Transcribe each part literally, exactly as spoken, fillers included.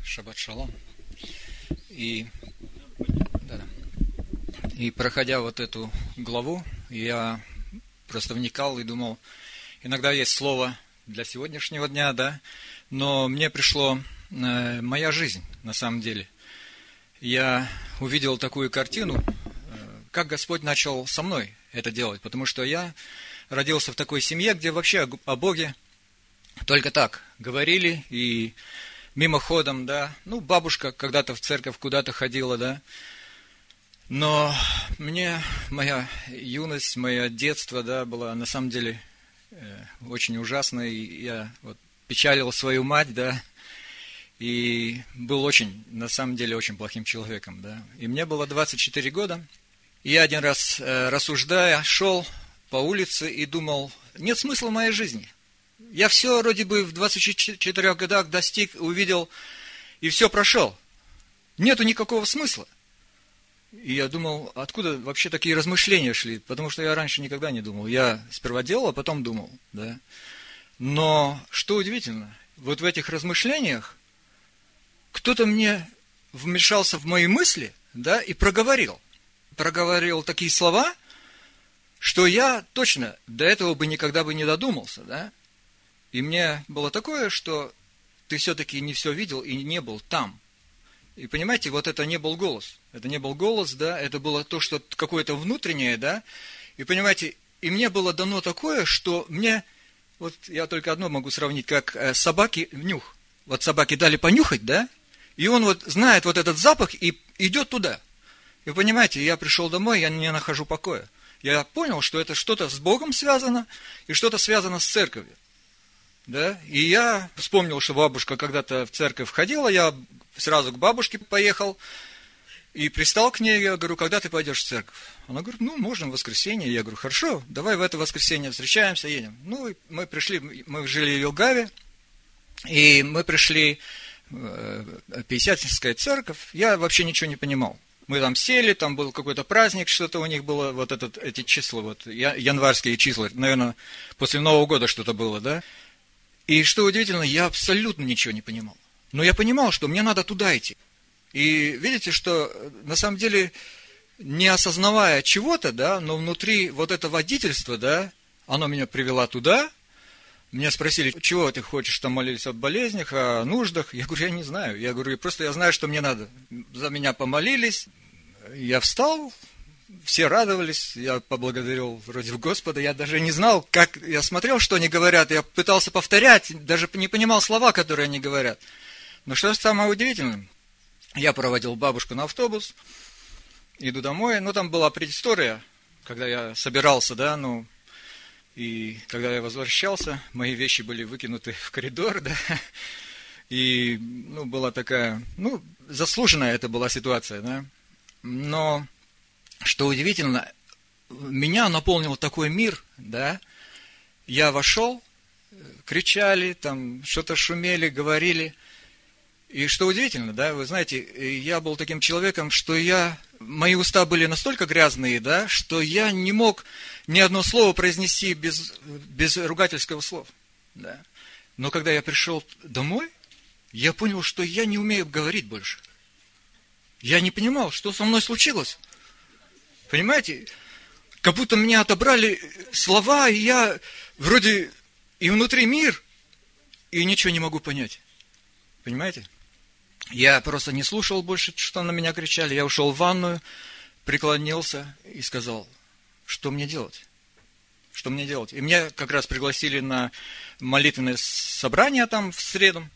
Шаббат шалом. И, да, и проходя вот эту главу, я просто вникал и думал, иногда есть слово для сегодняшнего дня, да, но мне пришло э, моя жизнь, на самом деле. Я увидел такую картину, э, как Господь начал со мной это делать, потому что я родился в такой семье, где вообще о Боге только так говорили, и мимоходом, да, ну, бабушка когда-то в церковь куда-то ходила, да, но мне моя юность, мое детство, да, была на самом деле э, очень ужасной, и я вот печалил свою мать, да, и был очень, на самом деле, очень плохим человеком, да, и мне было двадцать четыре года, и я один раз, э, рассуждая, шел по улице и думал, нет смысла в моей жизни. Я все вроде бы в двадцати четырёх годах достиг, увидел, и все прошел. Нету никакого смысла. И я думал, откуда вообще такие размышления шли? Потому что я раньше никогда не думал. Я сперва делал, а потом думал. Да? Но, что удивительно, вот в этих размышлениях кто-то мне вмешался в мои мысли, да, и проговорил. Проговорил такие слова, что я точно до этого бы никогда бы не додумался, да. И мне было такое, что ты все-таки не все видел и не был там. И понимаете, вот это не был голос. Это не был голос, да, это было то, что какое-то внутреннее, да. И понимаете, и мне было дано такое, что мне, вот я только одно могу сравнить, как собаке нюх. Вот собаке дали понюхать, да, и он вот знает вот этот запах и идет туда. И понимаете, я пришел домой, я не нахожу покоя. Я понял, что это что-то с Богом связано и что-то связано с церковью. Да? И я вспомнил, что бабушка когда-то в церковь ходила, я сразу к бабушке поехал и пристал к ней, я говорю, когда ты пойдешь в церковь? Она говорит, ну, можно в воскресенье. Я говорю, хорошо, давай в это воскресенье встречаемся, едем. Ну, и мы пришли, мы жили в Елгаве, и мы пришли в Пятидесятническая церковь, я вообще ничего не понимал. Мы там сели, там был какой-то праздник, что-то у них было, вот этот, эти числа, вот, январские числа, наверное, после Нового года что-то было, да. И что удивительно, я абсолютно ничего не понимал. Но я понимал, что мне надо туда идти. И видите, что на самом деле, не осознавая чего-то, да, но внутри вот это водительство, да, оно меня привело туда. Меня спросили, чего ты хочешь, там молились о болезнях, о нуждах. Я говорю, я не знаю. Я говорю, просто я знаю, что мне надо. За меня помолились. Я встал. Все радовались, я поблагодарил вроде Господа, я даже не знал, как, я смотрел, что они говорят, я пытался повторять, даже не понимал слова, которые они говорят. Но что самое удивительное, я проводил бабушку на автобус, иду домой, ну там была предыстория, когда я собирался, да, ну, и когда я возвращался, мои вещи были выкинуты в коридор, да, и, ну, была такая, ну, заслуженная это была ситуация, да, но... Что удивительно, меня наполнил такой мир, да, я вошел, кричали, там, что-то шумели, говорили, и что удивительно, да, вы знаете, я был таким человеком, что я, мои уста были настолько грязные, да, что я не мог ни одно слово произнести без, без ругательского слова, да, но когда я пришел домой, я понял, что я не умею говорить больше, я не понимал, что со мной случилось. Понимаете, как будто мне отобрали слова, и я вроде и внутри мир, и ничего не могу понять. Понимаете? Я просто не слушал больше, что на меня кричали. Я ушел в ванную, преклонился и сказал, что мне делать? Что мне делать? И меня как раз пригласили на молитвенное собрание там в среду.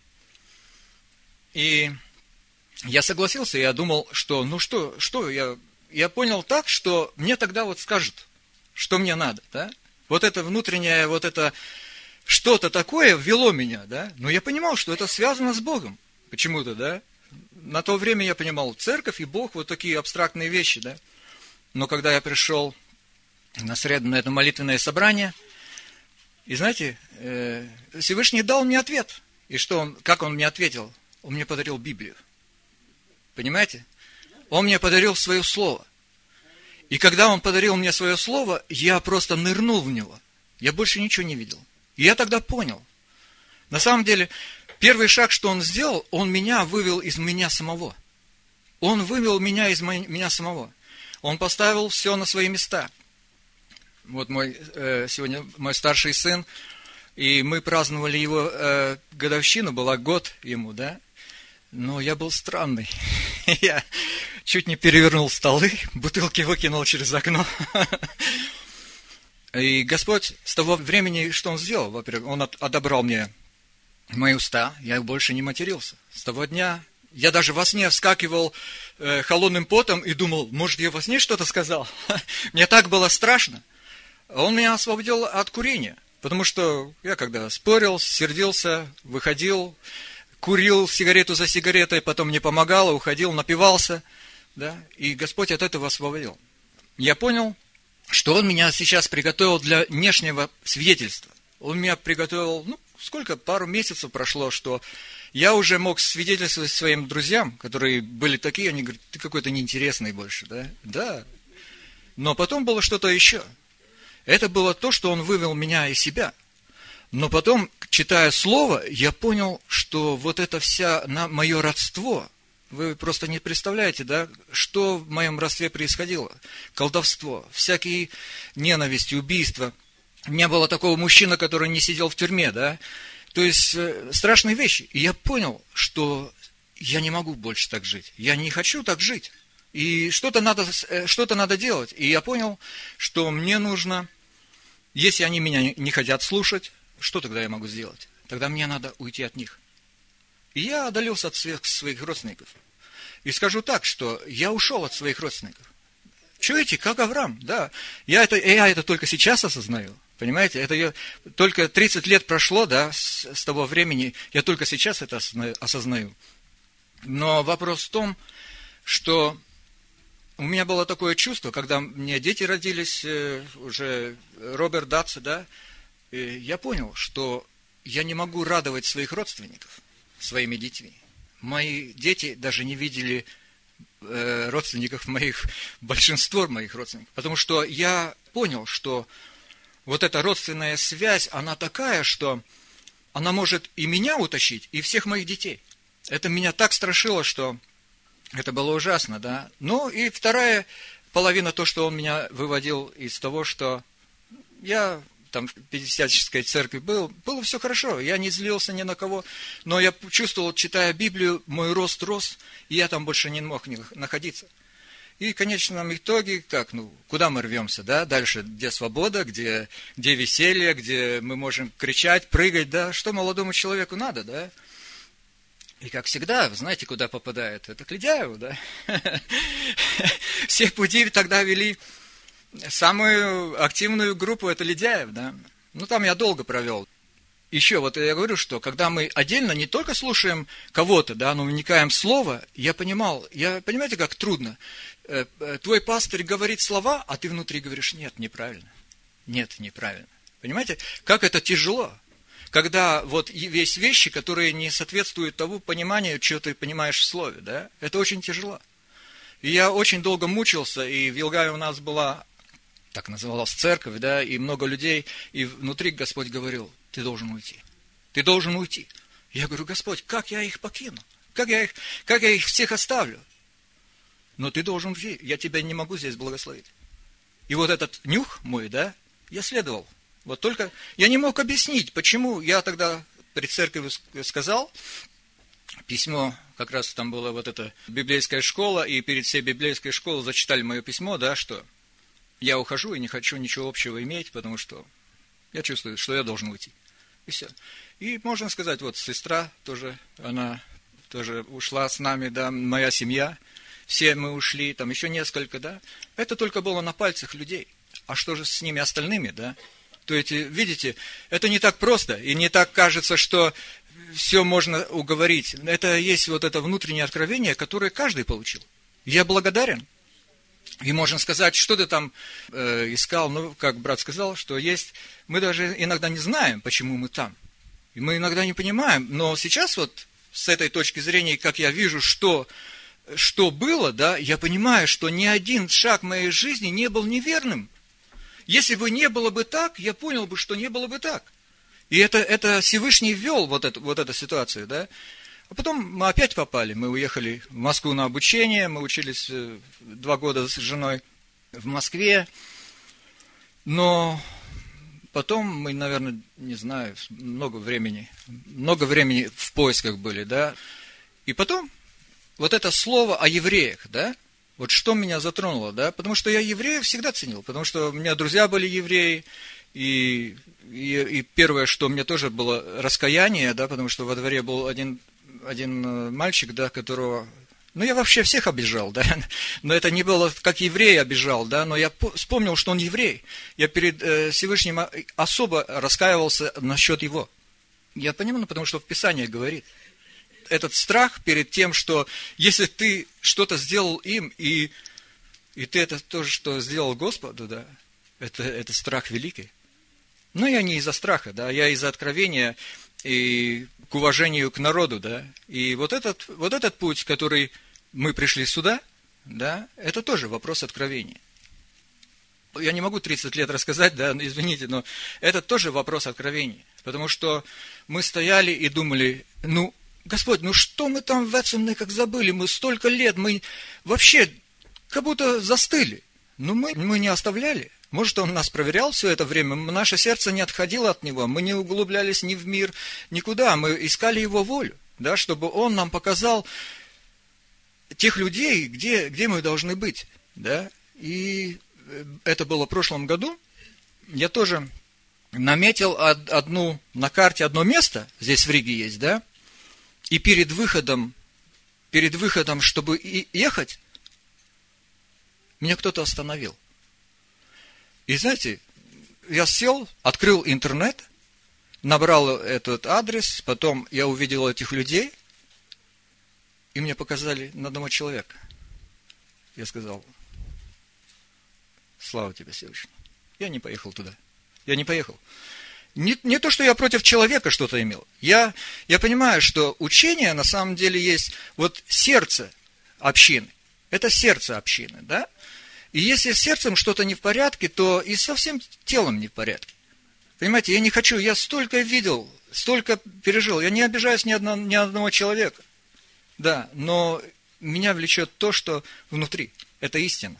И я согласился, я думал, что, ну что, что я... Я понял так, что мне тогда вот скажут, что мне надо, да? Вот это внутреннее, вот это что-то такое ввело меня, да? Но я понимал, что это связано с Богом почему-то, да? На то время я понимал церковь и Бог, вот такие абстрактные вещи, да? Но когда я пришел на среду, на это молитвенное собрание, и знаете, Всевышний дал мне ответ. И что он, как он мне ответил? Он мне подарил Библию. Понимаете? Он мне подарил свое слово. И когда он подарил мне свое слово, я просто нырнул в него. Я больше ничего не видел. И я тогда понял. На самом деле, Первый шаг, что Он сделал, Он меня вывел из меня самого. Он вывел меня из меня самого. Он поставил все на свои места. Вот мой, сегодня мой старший сын, и мы праздновали его годовщину, была год ему, да? Но я был странный. Я чуть не перевернул столы, бутылки выкинул через окно. И Господь с того времени, что Он сделал, во-первых, Он отобрал мне мои уста, я больше не матерился. С того дня я даже во сне вскакивал э, холодным потом и думал, может, я во сне что-то сказал? Мне так было страшно. Он меня освободил от курения, потому что я когда спорил, сердился, выходил, курил сигарету за сигаретой, потом не помогало, уходил, напивался, да, и Господь от этого освободил. Я понял, что Он меня сейчас приготовил для внешнего свидетельства. Он меня приготовил, ну, сколько, пару месяцев прошло, что я уже мог свидетельствовать своим друзьям, которые были такие, они говорят, ты какой-то неинтересный больше, да? Да. Но потом было что-то еще. Это было то, что Он вывел меня из себя. Но потом, читая Слово, я понял, что вот это вся на мое родство, вы просто не представляете, да, что в моем родстве происходило. Колдовство, всякие ненависти, убийства. Не было такого мужчины, который не сидел в тюрьме, да. То есть, страшные вещи. И я понял, что я не могу больше так жить. Я не хочу так жить. И что-то надо, что-то надо делать. И я понял, что мне нужно, если они меня не хотят слушать, что тогда я могу сделать? Тогда мне надо уйти от них. И я отдалился от своих, своих родственников. И скажу так, что я ушел от своих родственников. Чуете, как Авраам, да. Я это, я это только сейчас осознаю. Понимаете, это я, только тридцать лет прошло, да, с, с того времени, я только сейчас это осознаю. Но вопрос в том, что у меня было такое чувство, когда мне дети родились, уже Роберт, Датса, да, я понял, что я не могу радовать своих родственников своими детьми. Мои дети даже не видели э, родственников моих, большинство моих родственников, потому что я понял, что вот эта родственная связь, она такая, что она может и меня утащить, и всех моих детей. Это меня так страшило, что это было ужасно, да. Ну, и вторая половина, то, что он меня выводил из того, что я там в пятидесятнической церкви был, было все хорошо, я не злился ни на кого, но я чувствовал, читая Библию, мой рост рос, и я там больше не мог находиться. И в конечном итоге, как, ну, куда мы рвемся, да, дальше, где свобода, где, где веселье, где мы можем кричать, прыгать, да, что молодому человеку надо, да. И как всегда, вы знаете, куда попадает? Это к Ледяеву, да. Все пути тогда вели самую активную группу, это Ледяев, да. Ну, там я долго провел. Еще вот я говорю, что когда мы отдельно не только слушаем кого-то, да, но вникаем в слово, я понимал, я, понимаете, как трудно. Твой пастырь говорит слова, а ты внутри говоришь, нет, неправильно. Нет, неправильно. Понимаете, как это тяжело. Когда вот есть вещи, которые не соответствуют тому пониманию, что ты понимаешь в слове, да, это очень тяжело. И я очень долго мучился, и в Вилгаве у нас была, так называлась церковь, да, и много людей, и внутри Господь говорил, ты должен уйти, ты должен уйти. Я говорю, Господь, как я их покину? Как я их, как я их всех оставлю? Но ты должен уйти, я тебя не могу здесь благословить. И вот этот нюх мой, да, я следовал. Вот только я не мог объяснить, почему я тогда при церкви сказал, письмо, как раз там была вот эта библейская школа, и перед всей библейской школой зачитали мое письмо, да, что я ухожу и не хочу ничего общего иметь, потому что я чувствую, что я должен уйти. И все. И можно сказать, вот сестра тоже, она тоже ушла с нами, да, моя семья, все мы ушли, там еще несколько, да. Это только было на пальцах людей. А что же с ними остальными, да? То есть, видите, это не так просто, и не так кажется, что все можно уговорить. Это есть вот это внутреннее откровение, которое каждый получил. Я благодарен. И можно сказать, что ты там э, искал, ну, как брат сказал, что есть, мы даже иногда не знаем, почему мы там. И мы иногда не понимаем, но сейчас вот с этой точки зрения, как я вижу, что, что было, да, я понимаю, что ни один шаг моей жизни не был неверным. Если бы не было бы так, я понял бы, что не было бы так. И это, это Всевышний ввел вот эту, вот эту ситуацию, да. А потом мы опять попали. Мы уехали в Москву на обучение, мы учились два года с женой в Москве. Но потом мы, наверное, не знаю, много времени, много времени в поисках были, да. И потом вот это слово о евреях, да, вот что меня затронуло, да, потому что я евреев всегда ценил, потому что у меня друзья были евреи, и, и, и первое, что мне тоже было раскаяние, да, потому что во дворе был один, один мальчик, да, которого, ну, я вообще всех обижал, да, но это не было, как еврей обижал, да, но я вспомнил, что он еврей, я перед э, Всевышним особо раскаивался насчет его, я понимаю, потому что в Писании говорит, этот страх перед тем, что если ты что-то сделал им, и, и ты это тоже, что сделал Господу, да, это, это страх великий. Но я не из-за страха, да, я из-за откровения и к уважению к народу, да. И вот этот, вот этот путь, который мы пришли сюда, да, это тоже вопрос откровения. Я не могу тридцать лет рассказать, да, извините, но это тоже вопрос откровения. Потому что мы стояли и думали, ну, Господь, ну что мы там в этом как забыли? Мы столько лет, мы вообще как будто застыли. Но мы, мы не оставляли. Может, Он нас проверял все это время, наше сердце не отходило от Него, мы не углублялись ни в мир, никуда. Мы искали Его волю, да, чтобы Он нам показал тех людей, где, где мы должны быть. Да? И это было в прошлом году. Я тоже наметил одну, на карте одно место, здесь в Риге есть, да, и перед выходом, перед выходом, чтобы ехать, меня кто-то остановил. И знаете, я сел, открыл интернет, набрал этот адрес, потом я увидел этих людей, и мне показали на одного человека. Я сказал, слава тебе, Всевышний. Я не поехал туда. Я не поехал. Не, не то, что я против человека что-то имел. Я, я понимаю, что учение на самом деле есть вот сердце общины. Это сердце общины, да? И если с сердцем что-то не в порядке, то и со всем телом не в порядке. Понимаете, я не хочу, я столько видел, столько пережил. Я не обижаюсь ни одного, ни одного человека. Да, но меня влечет то, что внутри. Это истина.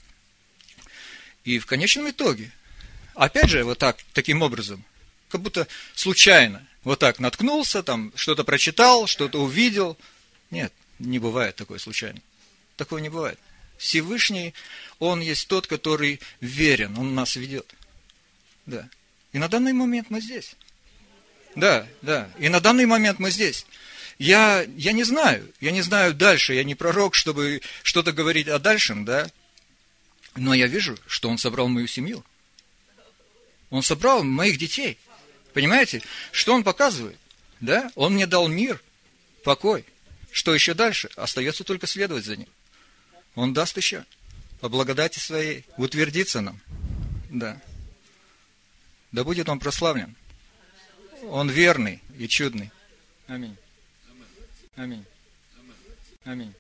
И в конечном итоге, опять же, вот так, таким образом, как будто случайно, вот так наткнулся, там что-то прочитал, что-то увидел. Нет, не бывает такое случайно. Такого не бывает. Всевышний, Он есть тот, который верен, Он нас ведет. Да. И на данный момент мы здесь. Да, да. И на данный момент мы здесь. Я, я не знаю, я не знаю дальше, я не пророк, чтобы что-то говорить о дальшем, да. Но я вижу, что Он собрал мою семью. Он собрал моих детей. Понимаете, что Он показывает? Да? Он мне дал мир, покой. Что еще дальше? Остается только следовать за Ним. Он даст еще по благодати Своей, утвердится нам. Да. Да будет Он прославлен. Он верный и чудный. Аминь. Аминь. Аминь.